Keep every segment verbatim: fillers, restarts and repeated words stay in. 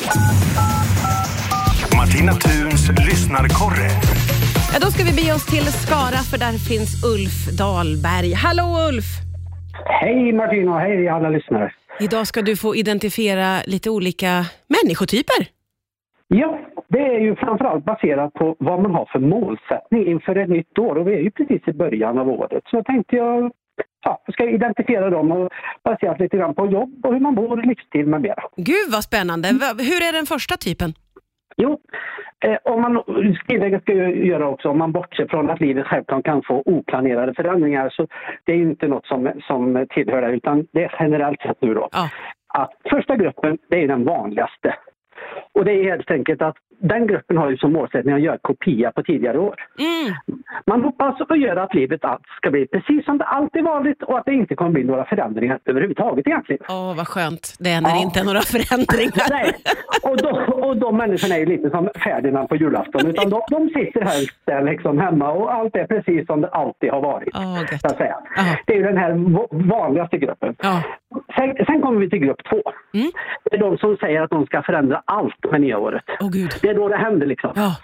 Martina Thuns lyssnarkorre. Ja, då ska vi bege oss till Skara, för där finns Ulf Dahlberg. Hallå Ulf! Hej Martina, hej alla lyssnare. Idag ska du få identifiera lite olika människotyper. Ja, det är ju framförallt baserat på vad man har för målsättning inför ett nytt år. Och vi är ju precis i början av året. Så tänkte jag, ja, jag ska identifiera dem och baserat lite grann på jobb och hur man bor, livsstil med mera. Gud vad spännande. Hur är den första typen? Jo, eh, om man tillägget ska jag göra också, om man bortser från att livet självklart kan få oplanerade förändringar, så det är inte något som, som tillhör det, utan det är generellt sett nu då. Ja. Att första gruppen, det är den vanligaste. Och det är helt enkelt att den gruppen har ju som målsättning att göra kopia på tidigare år. Mm. Man hoppas att göra att livet ska bli precis som det alltid varit och att det inte kommer bli några förändringar överhuvudtaget egentligen. Åh, vad skönt. Det är när det Ja. inte är några förändringar. Nej, och de, och de människorna är ju lite som Ferdinand på julafton. Utan de, de sitter här där liksom hemma och allt är precis som det alltid har varit. Åh, gött. Så att säga. Aha. Det är ju den här vanligaste gruppen. Ja. Sen, sen kommer vi till grupp två. Mm. Det är de som säger att de ska förändra allt med nya året. Åh gud. Det är då det händer liksom. Ja.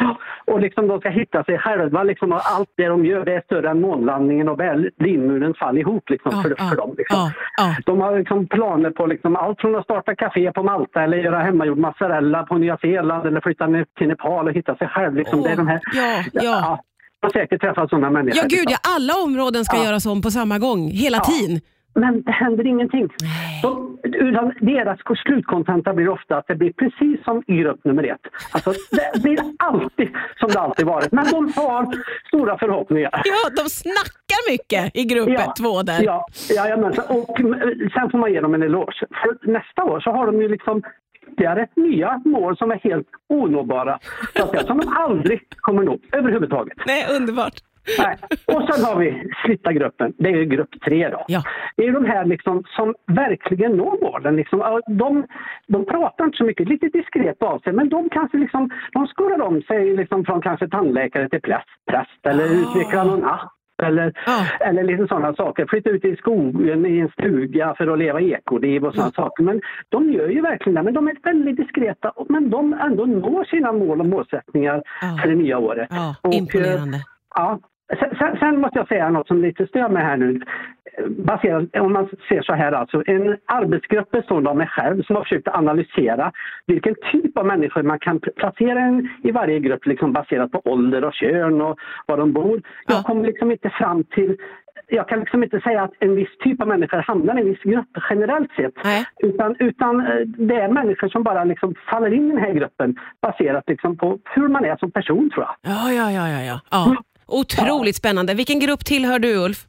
Och liksom de ska hitta sig själva liksom, och allt det de gör det är större än månlandningen och Berlinmurens fall ihop liksom, Ja, för, ja, för dem. Liksom. ja, ja. De har liksom planer på liksom, allt från att starta café på Malta eller göra hemmagjord mozzarella på Nya Zeeland eller flytta ner till Nepal och hitta sig själv. Liksom. Åh, Det är de här, ja, ja. ja, jag har säkert träffat sådana människor. Ja gud, liksom. ja, alla områden ska Ja. göras om på samma gång, hela Ja. tiden. Men det händer ingenting. De, utan deras slutkontenta blir ofta att det blir precis som i grupp nummer ett. Alltså det blir alltid som det alltid varit. Men de har stora förhoppningar. Ja, de snackar mycket i grupp Ja, två där. Ja, ja, ja men, och sen får man ge dem en eloge. För nästa år så har de ju liksom ytterligare nya mål som är helt onåbara. Så att säga, som de aldrig kommer nå överhuvudtaget. Nej, underbart. Nej. Och sen har vi sista gruppen, det är ju grupp tre då. Ja. Det är de här liksom som verkligen når målen. Liksom. De, de pratar inte så mycket, lite diskret av sig, men de kanske liksom, de skolar om sig liksom från kanske tandläkare till präst, präst eller Oh. utvecklar någon app. Eller, Oh. eller lite sådana saker. Flytta ut i skogen i en stuga för att leva ekoliv och sådana mm. saker. Men de gör ju verkligen det. Men de är väldigt diskreta. Men de ändå når sina mål och målsättningar oh. för det nya året. Oh, och, imponerande. Ja. Sen, sen, sen måste jag säga något som lite stör mig här nu. Baserat, om man ser så här alltså. En arbetsgrupp består av mig själv som har försökt analysera vilken typ av människor man kan placera en, i varje grupp liksom baserat på ålder och kön och var de bor. Jag kommer liksom inte fram till... Jag kan liksom inte säga att en viss typ av människor hamnar i en viss grupp generellt sett. Utan, utan det är människor som bara liksom faller in i den här gruppen baserat liksom på hur man är som person, tror jag. Ja, ja, ja, ja, ja. ja. Otroligt spännande. Vilken grupp tillhör du, Ulf?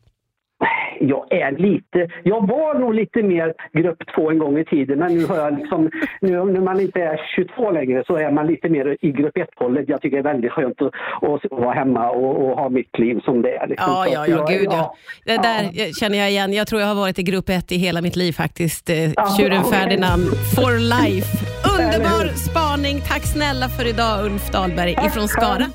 Jag är lite, jag var nog lite mer grupp två en gång i tiden, men nu har jag liksom, nu när man inte är tjugotvå längre så är man lite mer i grupp ett-hållet. Jag tycker det är väldigt skönt att, att vara hemma och, och ha mitt liv som det är. Liksom. Ja, ja, ja, jag, gud ja. ja. Det där ja. känner jag igen. Jag tror jag har varit i grupp ett i hela mitt liv faktiskt. Tjuren Ferdinand for life. Underbar spaning. Tack snälla för idag, Ulf Dahlberg ifrån Skara.